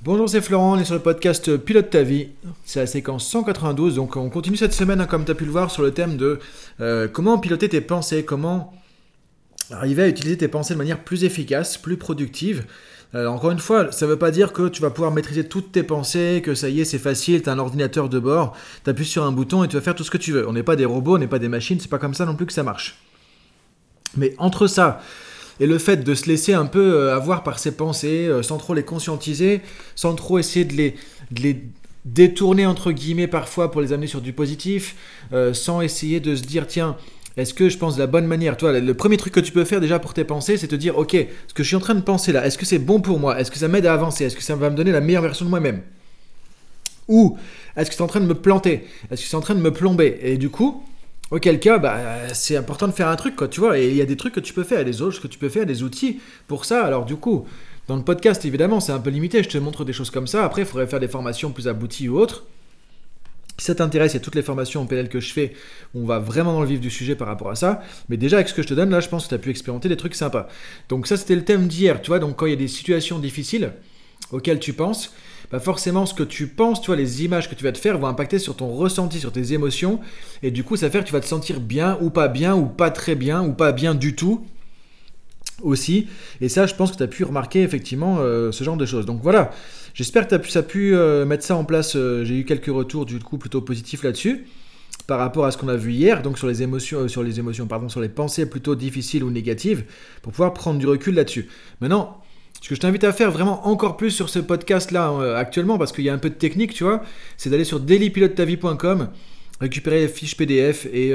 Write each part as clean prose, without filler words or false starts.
Bonjour, c'est Florent, on est sur le podcast Pilote ta vie, c'est la séquence 192, donc on continue cette semaine, comme tu as pu le voir, sur le thème de comment piloter tes pensées, comment arriver à utiliser tes pensées de manière plus efficace, plus productive. Encore une fois, ça ne veut pas dire que tu vas pouvoir maîtriser toutes tes pensées, que ça y est, c'est facile, tu as un ordinateur de bord, tu appuies sur un bouton et tu vas faire tout ce que tu veux. On n'est pas des robots, on n'est pas des machines, c'est pas comme ça non plus que ça marche. Mais entre ça et le fait de se laisser un peu avoir par ses pensées, sans trop les conscientiser, sans trop essayer de les détourner entre guillemets parfois pour les amener sur du positif, sans essayer de se dire tiens, est-ce que je pense de la bonne manière? Toi, le premier truc que tu peux faire déjà pour tes pensées, c'est te dire ok, ce que je suis en train de penser là, est-ce que c'est bon pour moi? Est-ce que ça m'aide à avancer? Est-ce que ça va me donner la meilleure version de moi-même? Ou est-ce que c'est en train de me planter? Est-ce que c'est en train de me plomber? Et du coup, auquel cas, c'est important de faire un truc, quoi, tu vois. Et il y a des trucs que tu peux faire, des autres que tu peux faire, des outils pour ça. Alors du coup, dans le podcast, évidemment, c'est un peu limité. Je te montre des choses comme ça. Après, il faudrait faire des formations plus abouties ou autres. Si ça t'intéresse, il y a toutes les formations en PNL que je fais où on va vraiment dans le vif du sujet par rapport à ça. Mais déjà, avec ce que je te donne, là, je pense que tu as pu expérimenter des trucs sympas. Donc ça, c'était le thème d'hier, tu vois. Donc quand il y a des situations difficiles auxquelles tu penses, forcément ce que tu penses, tu vois, les images que tu vas te faire vont impacter sur ton ressenti, sur tes émotions, et du coup ça va faire que tu vas te sentir bien ou pas très bien, ou pas bien du tout aussi, et ça je pense que tu as pu remarquer effectivement ce genre de choses. Donc voilà, j'espère que ça a pu mettre ça en place. J'ai eu quelques retours du coup plutôt positifs là-dessus, par rapport à ce qu'on a vu hier, donc sur les pensées plutôt difficiles ou négatives, pour pouvoir prendre du recul là-dessus. Maintenant, ce que je t'invite à faire vraiment encore plus sur ce podcast-là actuellement, parce qu'il y a un peu de technique, tu vois, c'est d'aller sur dailypilotetavie.com, récupérer les fiches PDF et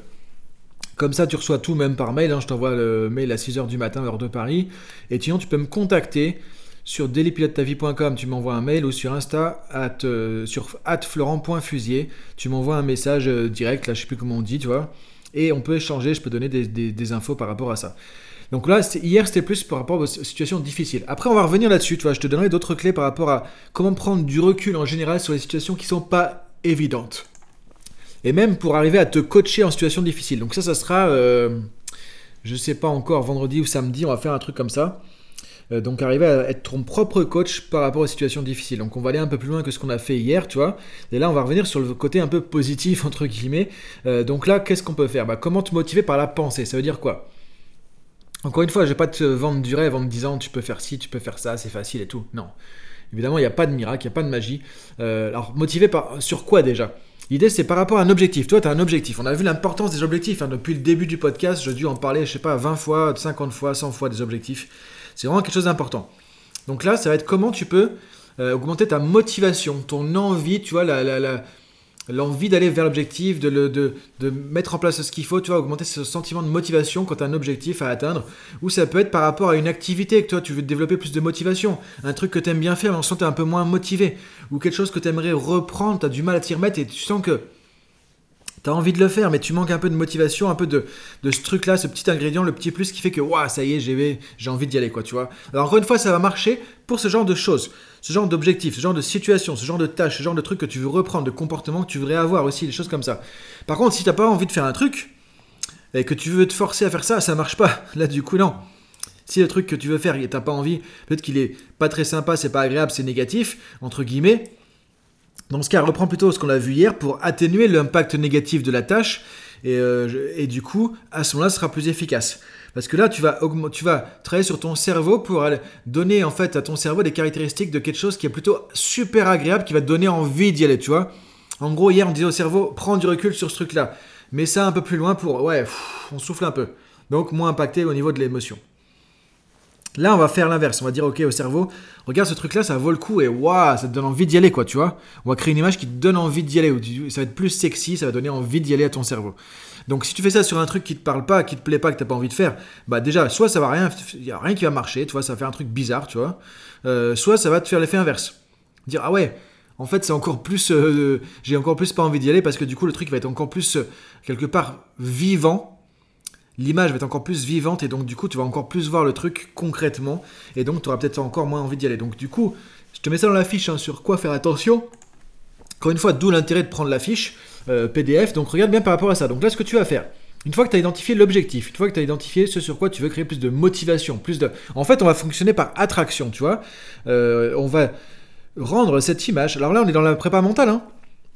comme ça tu reçois tout même par mail. Je t'envoie le mail à 6h du matin, heure de Paris. Et sinon tu peux me contacter sur dailypilotetavie.com, tu m'envoies un mail, ou sur Insta, sur @florent.fusier, tu m'envoies un message direct, là je sais plus comment on dit, tu vois, et on peut échanger, je peux donner des infos par rapport à ça. Donc là, hier, c'était plus par rapport aux situations difficiles. Après, on va revenir là-dessus, tu vois, je te donnerai d'autres clés par rapport à comment prendre du recul en général sur les situations qui ne sont pas évidentes. Et même pour arriver à te coacher en situation difficile. Donc ça sera, je ne sais pas encore, vendredi ou samedi, on va faire un truc comme ça. Donc arriver à être ton propre coach par rapport aux situations difficiles. Donc on va aller un peu plus loin que ce qu'on a fait hier, tu vois. Et là, on va revenir sur le côté un peu positif, entre guillemets. Donc là, qu'est-ce qu'on peut faire? Comment te motiver par la pensée? Ça veut dire quoi? Encore une fois, je ne vais pas te vendre du rêve en me disant tu peux faire ci, tu peux faire ça, c'est facile et tout. Non. Évidemment, il n'y a pas de miracle, il n'y a pas de magie. Alors, motivé sur quoi déjà? L'idée, c'est par rapport à un objectif. Toi, tu as un objectif. On a vu l'importance des objectifs. Depuis le début du podcast, j'ai dû en parler, 20 fois, 50 fois, 100 fois des objectifs. C'est vraiment quelque chose d'important. Donc là, ça va être comment tu peux augmenter ta motivation, ton envie, tu vois, l'envie d'aller vers l'objectif, de mettre en place ce qu'il faut, tu vois, augmenter ce sentiment de motivation quand tu as un objectif à atteindre. Ou ça peut être par rapport à une activité que toi tu veux développer plus de motivation, un truc que tu aimes bien faire mais en sens tu es un peu moins motivé, ou quelque chose que tu aimerais reprendre, tu as du mal à t'y remettre et tu sens que tu as envie de le faire mais tu manques un peu de motivation, un peu de ce truc là, ce petit ingrédient, le petit plus qui fait que waouh, ça y est, j'ai envie d'y aller, quoi, tu vois. Alors encore une fois, ça va marcher pour ce genre de choses, ce genre d'objectifs, ce genre de situation, ce genre de tâches, ce genre de trucs que tu veux reprendre, de comportements que tu voudrais avoir aussi, des choses comme ça. Par contre, si tu n'as pas envie de faire un truc et que tu veux te forcer à faire ça, ça marche pas. Là, du coup, non. Si le truc que tu veux faire et tu n'as pas envie, peut-être qu'il est pas très sympa, c'est pas agréable, c'est négatif, entre guillemets. Dans ce cas, reprends plutôt ce qu'on a vu hier pour atténuer l'impact négatif de la tâche et du coup, à ce moment-là, ce sera plus efficace. Parce que là, tu vas travailler sur ton cerveau pour donner en fait à ton cerveau des caractéristiques de quelque chose qui est plutôt super agréable, qui va te donner envie d'y aller, tu vois. En gros, hier, on disait au cerveau, prends du recul sur ce truc-là. Mais ça un peu plus loin pour, on souffle un peu. Donc, moins impacté au niveau de l'émotion. Là, on va faire l'inverse. On va dire, ok, au cerveau, regarde ce truc-là, ça vaut le coup et waouh, ça te donne envie d'y aller, quoi, tu vois. On va créer une image qui te donne envie d'y aller. Ça va être plus sexy, ça va donner envie d'y aller à ton cerveau. Donc, si tu fais ça sur un truc qui te parle pas, qui te plaît pas, que t'as pas envie de faire, déjà, soit ça va rien, il y a rien qui va marcher, tu vois, ça va faire un truc bizarre, tu vois. Soit ça va te faire l'effet inverse. Dire, ah ouais, en fait, c'est encore plus, j'ai encore plus pas envie d'y aller parce que du coup, le truc va être encore plus, quelque part, vivant. L'image va être encore plus vivante et donc du coup tu vas encore plus voir le truc concrètement et donc tu auras peut-être encore moins envie d'y aller. Donc du coup, je te mets ça dans la fiche sur quoi faire attention. Encore une fois, d'où l'intérêt de prendre la fiche PDF. Donc regarde bien par rapport à ça. Donc là, ce que tu vas faire, une fois que tu as identifié l'objectif, une fois que tu as identifié ce sur quoi tu veux créer plus de motivation, En fait, on va fonctionner par attraction, tu vois. On va rendre cette image. Alors là, on est dans la prépa mentale, hein.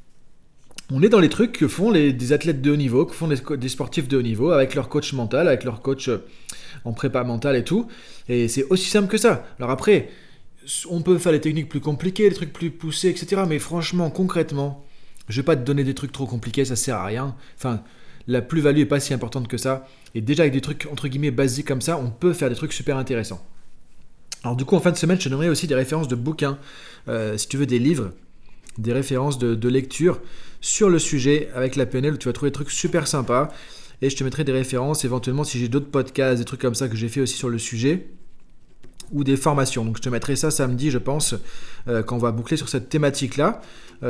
On est dans les trucs que font des athlètes de haut niveau, que font des sportifs de haut niveau, avec leur coach mental, avec leur coach en prépa mentale et tout. Et c'est aussi simple que ça. Alors après, on peut faire des techniques plus compliquées, des trucs plus poussés, etc. Mais franchement, concrètement, je vais pas te donner des trucs trop compliqués, ça sert à rien. Enfin, la plus-value est pas si importante que ça. Et déjà avec des trucs entre guillemets basiques comme ça, on peut faire des trucs super intéressants. Alors du coup, en fin de semaine, je te donnerai aussi des références de bouquins, si tu veux des livres, des références de lecture sur le sujet avec la PNL où tu vas trouver des trucs super sympas. Et je te mettrai des références éventuellement si j'ai d'autres podcasts, des trucs comme ça que j'ai fait aussi sur le sujet ou des formations. Donc je te mettrai ça samedi, je pense, quand on va boucler sur cette thématique-là.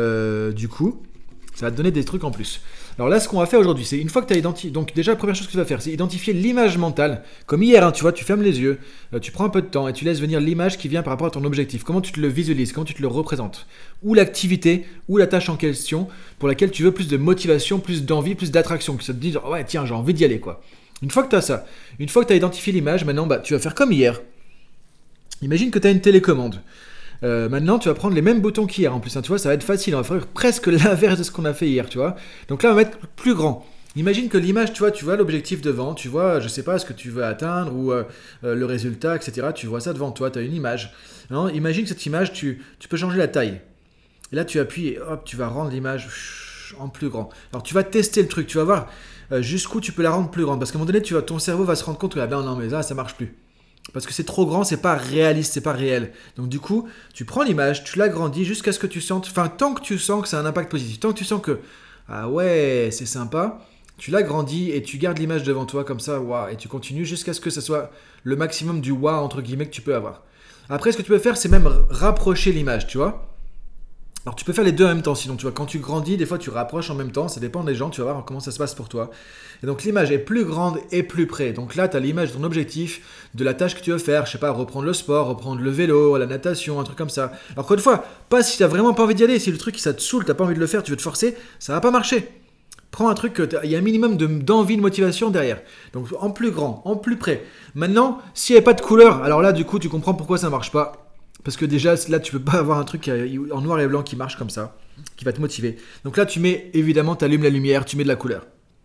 Du coup, ça va te donner des trucs en plus. Alors là, ce qu'on va faire aujourd'hui, c'est une fois que tu as identifié... Donc déjà, la première chose que tu vas faire, c'est identifier l'image mentale. Comme hier, hein, tu vois, tu fermes les yeux, tu prends un peu de temps et tu laisses venir l'image qui vient par rapport à ton objectif. Comment tu te le visualises, comment tu te le représentes. Ou l'activité, ou la tâche en question pour laquelle tu veux plus de motivation, plus d'envie, plus d'attraction. Que ça te dise, ouais, tiens, j'ai envie d'y aller, quoi. Une fois que tu as ça, une fois que tu as identifié l'image, maintenant, tu vas faire comme hier. Imagine que tu as une télécommande. Maintenant, tu vas prendre les mêmes boutons qu'hier. En plus, hein, tu vois, ça va être facile. On va faire presque l'inverse de ce qu'on a fait hier, tu vois. Donc là, on va mettre plus grand. Imagine que l'image, tu vois l'objectif devant, tu vois, je sais pas, ce que tu veux atteindre ou le résultat, etc. Tu vois ça devant toi, tu as une image. Non, imagine que cette image, tu peux changer la taille. Et là, tu appuies et hop, tu vas rendre l'image en plus grand. Alors, tu vas tester le truc, tu vas voir jusqu'où tu peux la rendre plus grande. Parce qu'à un moment donné, ton cerveau va se rendre compte que non, mais là, ça marche plus. Parce que c'est trop grand, c'est pas réaliste, c'est pas réel. Donc du coup, tu prends l'image, tu l'agrandis jusqu'à ce que tu sentes, enfin tant que tu sens que ça a un impact positif, tant que tu sens que ah ouais, c'est sympa, tu l'agrandis et tu gardes l'image devant toi comme ça, waouh, et tu continues jusqu'à ce que ça soit le maximum du waouh entre guillemets que tu peux avoir. Après, ce que tu peux faire, c'est même rapprocher l'image, tu vois. Alors tu peux faire les deux en même temps, sinon tu vois, quand tu grandis, des fois tu rapproches en même temps, ça dépend des gens, tu vas voir comment ça se passe pour toi. Et donc l'image est plus grande et plus près. Donc là, tu as l'image de ton objectif, de la tâche que tu veux faire, je sais pas, reprendre le sport, reprendre le vélo, la natation, un truc comme ça. Alors encore une fois, pas si tu n'as vraiment pas envie d'y aller, si le truc ça te saoule, tu n'as pas envie de le faire, tu veux te forcer, ça va pas marcher. Prends un truc, il y a un minimum d'envie, de motivation derrière. Donc en plus grand, en plus près. Maintenant, s'il n'y a pas de couleur, alors là du coup tu comprends pourquoi ça marche pas. Parce que déjà, là, tu peux pas avoir un truc en noir et blanc qui marche comme ça, qui va te motiver. Donc là, tu mets, évidemment, tu allumes la lumière, tu mets de la couleur.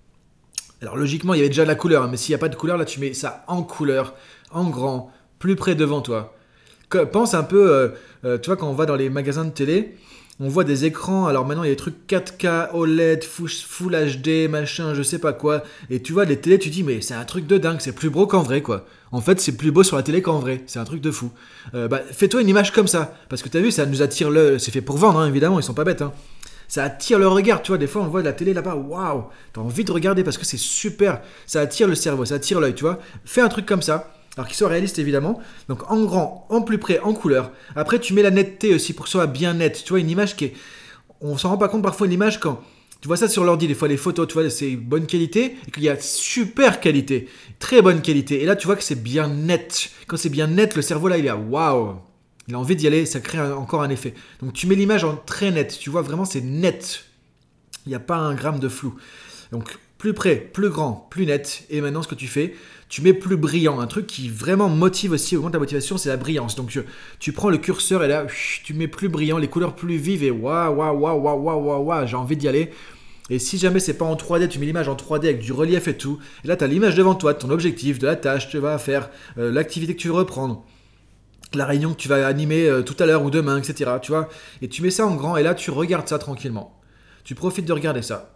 Alors logiquement, il y avait déjà de la couleur, hein, mais s'il n'y a pas de couleur, là, tu mets ça en couleur, en grand, plus près devant toi. Pense un peu, tu vois, quand on va dans les magasins de télé, on voit des écrans, alors maintenant il y a des trucs 4K, OLED, Full HD, machin, je sais pas quoi. Et tu vois les télés, tu dis mais c'est un truc de dingue, c'est plus beau qu'en vrai quoi. En fait c'est plus beau sur la télé qu'en vrai, c'est un truc de fou. Fais-toi une image comme ça, parce que t'as vu, ça nous attire c'est fait pour vendre hein, évidemment, ils sont pas bêtes hein. Ça attire le regard, tu vois, des fois on voit de la télé là-bas, waouh, t'as envie de regarder parce que c'est super, ça attire le cerveau, ça attire l'œil, tu vois. Fais un truc comme ça. Alors qu'il soit réaliste évidemment, donc en grand, en plus près, en couleur. Après tu mets la netteté aussi pour que ce soit bien net. Tu vois une image qui est... On s'en rend pas compte parfois une image quand... Tu vois ça sur l'ordi, des fois les photos, tu vois, c'est bonne qualité et qu'il y a super qualité, très bonne qualité. Et là tu vois que c'est bien net. Quand c'est bien net, le cerveau là il est à waouh. Il a envie d'y aller, ça crée encore un effet. Donc tu mets l'image en très net, tu vois vraiment c'est net. Il n'y a pas un gramme de flou. Donc plus près, plus grand, plus net. Et maintenant ce que tu fais, tu mets plus brillant. Un truc qui vraiment motive aussi, augmente la motivation, c'est la brillance. Donc tu prends le curseur et là, tu mets plus brillant, les couleurs plus vives et waouh, waouh, waouh, waouh, waouh, waouh, waouh, j'ai envie d'y aller. Et si jamais c'est pas en 3D, tu mets l'image en 3D avec du relief et tout. Et là, tu as l'image devant toi, de ton objectif, de la tâche que tu vas faire, l'activité que tu veux reprendre, la réunion que tu vas animer tout à l'heure ou demain, etc. Tu vois. Et tu mets ça en grand et là, tu regardes ça tranquillement. Tu profites de regarder ça.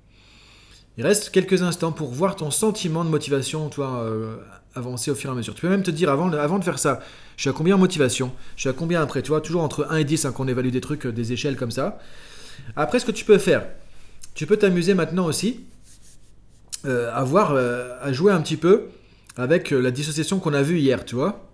Il reste quelques instants pour voir ton sentiment de motivation, toi, avancer au fur et à mesure. Tu peux même te dire, avant de faire ça, je suis à combien en motivation? Je suis à combien après? Tu vois, toujours entre 1 et 10, hein, qu'on évalue des trucs, des échelles comme ça. Après, ce que tu peux faire, tu peux t'amuser maintenant aussi à jouer un petit peu avec la dissociation qu'on a vue hier, tu vois.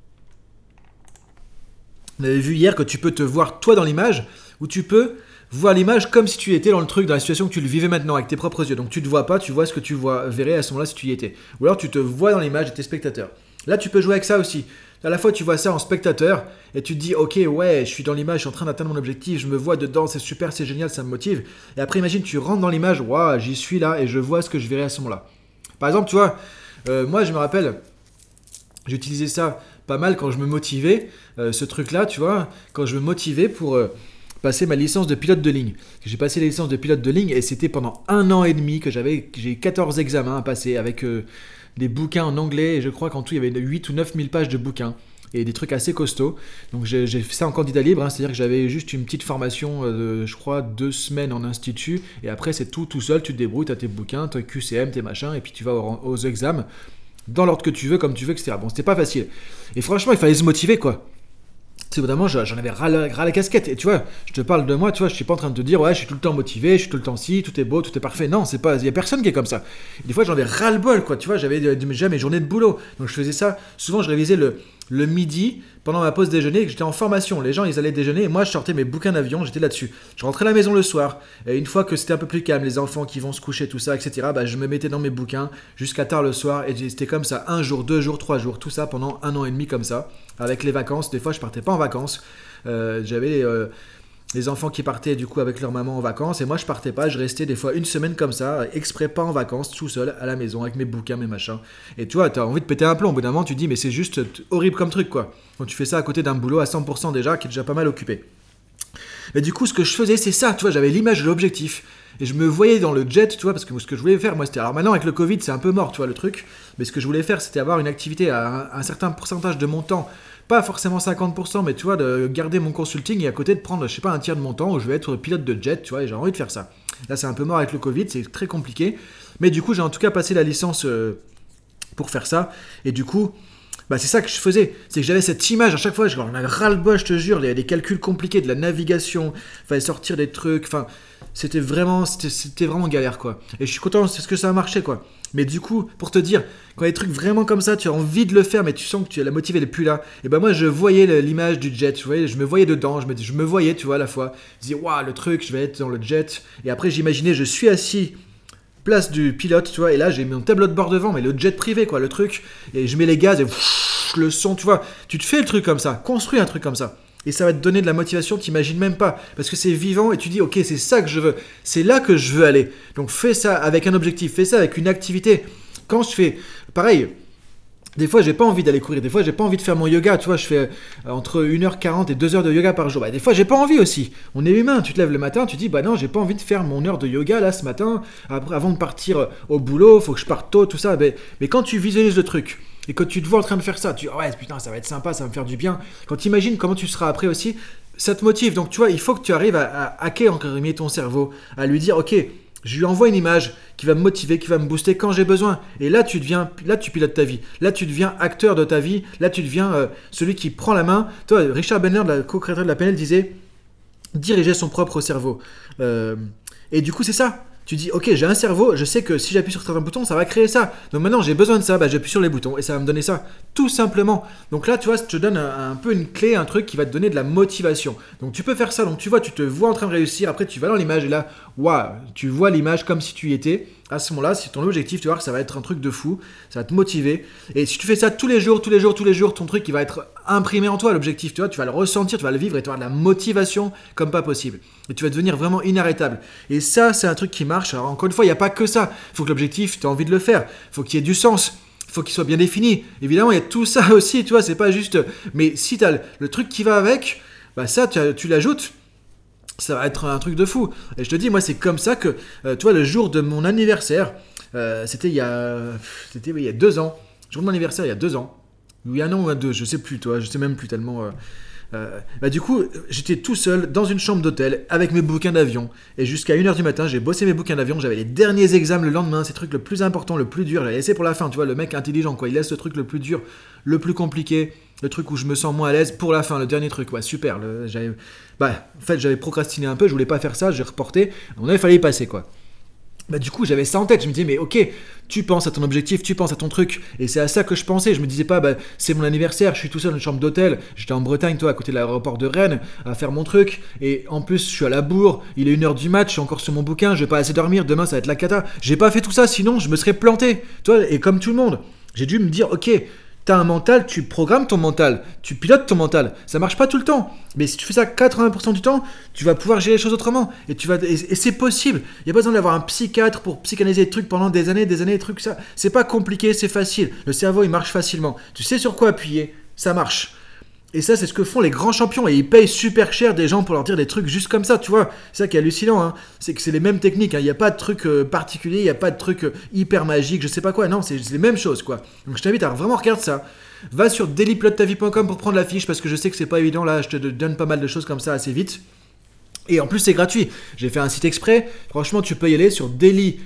On avait vu hier que tu peux te voir toi dans l'image, ou tu peux voir l'image comme si tu étais dans le truc, dans la situation que tu le vivais maintenant avec tes propres yeux. Donc tu ne te vois pas, tu vois ce que tu verrais à ce moment-là si tu y étais. Ou alors tu te vois dans l'image de tes spectateurs. Là tu peux jouer avec ça aussi. À la fois tu vois ça en spectateur et tu te dis ok ouais je suis dans l'image, je suis en train d'atteindre mon objectif, je me vois dedans, c'est super, c'est génial, ça me motive. Et après imagine tu rentres dans l'image, waouh j'y suis là et je vois ce que je verrais à ce moment-là. Par exemple tu vois, moi je me rappelle, j'ai utilisé ça pas mal quand je me motivais, ce truc-là, tu vois, quand je me motivais pour passer ma licence de pilote de ligne. J'ai passé la licence de pilote de ligne et c'était pendant 1 an et demi que j'ai eu 14 examens à passer avec des bouquins en anglais et je crois qu'en tout il y avait 8 ou 9 000 pages de bouquins et des trucs assez costauds. Donc j'ai fait ça en candidat libre, hein, c'est-à-dire que j'avais juste une petite formation de, je crois, 2 semaines en institut et après c'est tout seul, tu te débrouilles, tu as tes bouquins, tes QCM, tes machins et puis tu vas aux examens dans l'ordre que tu veux, comme tu veux, etc. Bon, c'était pas facile. Et franchement, il fallait se motiver, quoi. C'est évidemment, j'en avais ras la casquette. Et tu vois, je te parle de moi, tu vois, je suis pas en train de te dire, ouais, je suis tout le temps motivé, je suis tout le temps ci, tout est beau, tout est parfait. Non, c'est pas, il y a personne qui est comme ça. Et des fois, j'en avais ras le bol, quoi. Tu vois, j'avais déjà mes journées de boulot. Donc, je faisais ça. Souvent, je révisais le midi pendant ma pause déjeuner et que j'étais en formation. Les gens, ils allaient déjeuner et moi, je sortais mes bouquins d'avion, j'étais là-dessus. Je rentrais à la maison le soir. Et une fois que c'était un peu plus calme, les enfants qui vont se coucher, tout ça, etc., bah, je me mettais dans mes bouquins jusqu'à tard le soir. Et c'était comme ça, 1 jour, 2 jours, 3 jours, tout ça pendant 1 an et demi comme ça. Avec les vacances, des fois, je partais pas en vacances. J'avais les enfants qui partaient du coup avec leur maman en vacances et moi je partais pas, je restais des fois 1 semaine comme ça, exprès pas en vacances, tout seul à la maison avec mes bouquins, mes machins. Et tu vois, t'as envie de péter un plomb, au bout d'un moment tu te dis mais c'est juste horrible comme truc quoi. Quand tu fais ça à côté d'un boulot à 100% déjà qui est déjà pas mal occupé. Mais du coup ce que je faisais c'est ça, tu vois, j'avais l'image de l'objectif. Et je me voyais dans le jet, tu vois, parce que ce que je voulais faire, moi, c'était... Alors maintenant, avec le Covid, c'est un peu mort, tu vois, le truc. Mais ce que je voulais faire, c'était avoir une activité à un certain pourcentage de mon temps. Pas forcément 50%, mais tu vois, de garder mon consulting et à côté de prendre, je sais pas, un tiers de mon temps où je vais être pilote de jet, tu vois, et j'ai envie de faire ça. Là, c'est un peu mort avec le Covid, c'est très compliqué. Mais du coup, j'ai en tout cas passé la licence pour faire ça. Et du coup... Bah c'est ça que je faisais, c'est que j'avais cette image à chaque fois, j'en avais ras-le-bol, je te jure, il y avait des calculs compliqués, de la navigation, fallait sortir des trucs, enfin, c'était vraiment galère quoi. Et je suis content, c'est ce que ça a marché quoi. Mais du coup, pour te dire, quand il y a des trucs vraiment comme ça, tu as envie de le faire, mais tu sens que la motive elle est plus là. Et ben moi je voyais l'image du jet, tu vois, je me voyais dedans, je me voyais, tu vois, à la fois. Je disais, waouh, le truc, je vais être dans le jet. Et après j'imaginais, je suis assis place du pilote, tu vois, et là j'ai mon tableau de bord devant, mais le jet privé, quoi, le truc, et je mets les gaz et le son, tu vois, tu te fais le truc comme ça, construis un truc comme ça, et ça va te donner de la motivation, t'imagines même pas, parce que c'est vivant, et tu dis, ok, c'est ça que je veux, c'est là que je veux aller, donc fais ça avec un objectif, fais ça avec une activité, quand je fais, pareil, des fois, j'ai pas envie d'aller courir. Des fois, j'ai pas envie de faire mon yoga. Tu vois, je fais entre 1h40 et 2 heures de yoga par jour. Bah, des fois, j'ai pas envie aussi. On est humain. Tu te lèves le matin, tu te dis, bah non, j'ai pas envie de faire mon heure de yoga là ce matin. Après, avant de partir au boulot, faut que je parte tôt, tout ça. Mais quand tu visualises le truc et que tu te vois en train de faire ça, tu dis, ouais, putain, ça va être sympa, ça va me faire du bien. Quand tu imagines comment tu seras après aussi, ça te motive. Donc, tu vois, il faut que tu arrives à hacker encore ton cerveau, à lui dire, ok. Je lui envoie une image qui va me motiver, qui va me booster quand j'ai besoin. Et là, tu pilotes ta vie. Là, tu deviens acteur de ta vie. Là, tu deviens celui qui prend la main. Toi, Richard Bandler, le co-créateur de la PNL, disait diriger son propre cerveau. Et du coup, c'est ça. Tu dis, ok, j'ai un cerveau, je sais que si j'appuie sur certains boutons, ça va créer ça. Donc maintenant, j'ai besoin de ça, bah, j'appuie sur les boutons et ça va me donner ça. Tout simplement. Donc là, tu vois, je te donne un peu une clé, un truc qui va te donner de la motivation. Donc tu peux faire ça. Donc tu vois, tu te vois en train de réussir. Après, tu vas dans l'image et là, waouh, tu vois l'image comme si tu y étais. À ce moment-là, si ton objectif, tu vois que ça va être un truc de fou, ça va te motiver. Et si tu fais ça tous les jours, ton truc, il va être imprimé en toi, l'objectif, tu vois, tu vas le ressentir, tu vas le vivre et tu vas avoir de la motivation comme pas possible. Et tu vas devenir vraiment inarrêtable. Et ça, c'est un truc qui marche. Alors encore une fois, il n'y a pas que ça. Il faut que l'objectif, tu as envie de le faire. Il faut qu'il y ait du sens. Il faut qu'il soit bien défini. Évidemment, il y a tout ça aussi, tu vois, c'est pas juste... Mais si tu as le truc qui va avec, bah ça, tu l'ajoutes. Ça va être un truc de fou. Et je te dis, moi, c'est comme ça que, tu vois, le jour de mon anniversaire, c'était il y a 2 ans. Le jour de mon anniversaire, il y a 2 ans. Ou il y a un an ou un deux, je sais plus, toi, je sais même plus tellement. Du coup, j'étais tout seul dans une chambre d'hôtel avec mes bouquins d'avion. Et jusqu'à 1h du matin, j'ai bossé mes bouquins d'avion. J'avais les derniers examens le lendemain. C'est le truc le plus important, le plus dur. J'avais laissé pour la fin, tu vois, le mec intelligent, quoi. Il laisse le truc le plus dur, le plus compliqué, le truc où je me sens moins à l'aise pour la fin, le dernier truc. Ouais, super. En fait, j'avais procrastiné un peu, je voulais pas faire ça, j'ai reporté. À mon avis, il fallait y passer, quoi. Du coup, j'avais ça en tête. Je me disais, mais ok, tu penses à ton objectif, tu penses à ton truc. Et c'est à ça que je pensais. Je me disais pas, c'est mon anniversaire, je suis tout seul dans une chambre d'hôtel. J'étais en Bretagne, toi, à côté de l'aéroport de Rennes, à faire mon truc. Et en plus, je suis à la bourre. Il est 1h du match, je suis encore sur mon bouquin. Je vais pas assez dormir. Demain, ça va être la cata. J'ai pas fait tout ça, sinon, je me serais planté. Toi, et comme tout le monde, j'ai dû me dire, ok, t'as un mental, tu programmes ton mental, tu pilotes ton mental. Ça marche pas tout le temps. Mais si tu fais ça 80% du temps, tu vas pouvoir gérer les choses autrement. Et c'est possible. Il n'y a pas besoin d'avoir un psychiatre pour psychanalyser des trucs pendant des années, des trucs, ça. C'est pas compliqué, c'est facile. Le cerveau, il marche facilement. Tu sais sur quoi appuyer. ça marche. Et ça, c'est ce que font les grands champions. Et ils payent super cher des gens pour leur dire des trucs juste comme ça, tu vois. C'est ça qui est hallucinant, hein. C'est que c'est les mêmes techniques. Il n'y a pas de trucs particuliers, il n'y a pas de trucs hyper magiques, je sais pas quoi. Non, c'est les mêmes choses, quoi. Donc je t'invite à vraiment regarder ça. Va sur dailypilotetavie.com pour prendre la fiche, parce que je sais que c'est pas évident. Là, je te donne pas mal de choses comme ça assez vite. Et en plus, c'est gratuit. J'ai fait un site exprès. Franchement, tu peux y aller sur daily,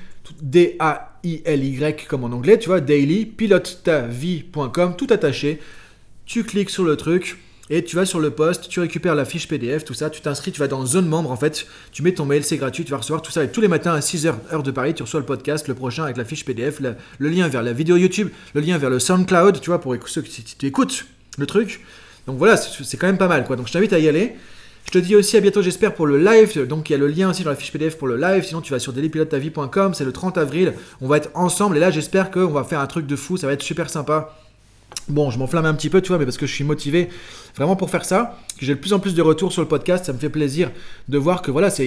D-A-I-L-Y comme en anglais, tu vois, dailypilotetavie.com, tout attaché. Tu cliques sur le truc et tu vas sur le post, tu récupères la fiche PDF, tout ça, tu t'inscris, tu vas dans zone membre en fait, tu mets ton mail, c'est gratuit, tu vas recevoir tout ça et tous les matins à 6h heure de Paris, tu reçois le podcast, le prochain avec la fiche PDF, le lien vers la vidéo YouTube, le lien vers le SoundCloud, tu vois, pour ceux qui tu écoutes le truc. Donc voilà, c'est quand même pas mal quoi. Donc je t'invite à y aller. Je te dis aussi à bientôt, j'espère, pour le live. Donc il y a le lien aussi dans la fiche PDF pour le live. Sinon, tu vas sur dailypilotetavie.com, c'est le 30 avril. On va être ensemble et là, j'espère qu'on va faire un truc de fou. Ça va être super sympa. Bon, je m'enflamme un petit peu, tu vois, mais parce que je suis motivé vraiment pour faire ça, que j'ai de plus en plus de retours sur le podcast, ça me fait plaisir de voir que voilà,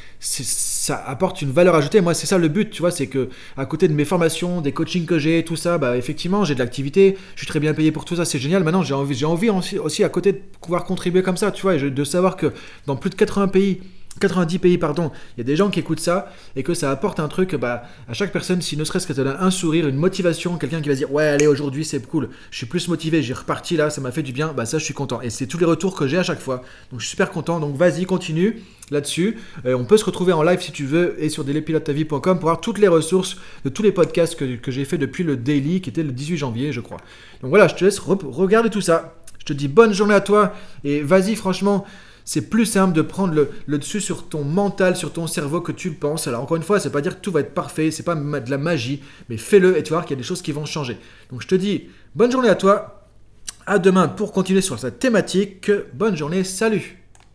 ça apporte une valeur ajoutée. Moi, c'est ça le but, tu vois, c'est que à côté de mes formations, des coachings que j'ai, tout ça, bah effectivement, j'ai de l'activité, je suis très bien payé pour tout ça, c'est génial. Maintenant, j'ai envie aussi à côté de pouvoir contribuer comme ça, tu vois, et de savoir que dans plus de 90 pays, il y a des gens qui écoutent ça et que ça apporte un truc à chaque personne, si ne serait-ce que ça donne un sourire, une motivation, quelqu'un qui va se dire ouais allez aujourd'hui c'est cool, je suis plus motivé, j'ai reparti là, ça m'a fait du bien, ça je suis content et c'est tous les retours que j'ai à chaque fois, donc je suis super content, donc vas-y continue là-dessus, on peut se retrouver en live si tu veux et sur dailypilotetavie.com pour voir toutes les ressources de tous les podcasts que j'ai fait depuis le daily qui était le 18 janvier je crois, donc voilà je te laisse regarder tout ça, je te dis bonne journée à toi et vas-y franchement. C'est plus simple de prendre le dessus sur ton mental, sur ton cerveau que tu le penses. Alors encore une fois, c'est pas dire que tout va être parfait, c'est pas de la magie, mais fais-le et tu vas voir qu'il y a des choses qui vont changer. Donc je te dis bonne journée à toi, à demain pour continuer sur cette thématique. Bonne journée, salut!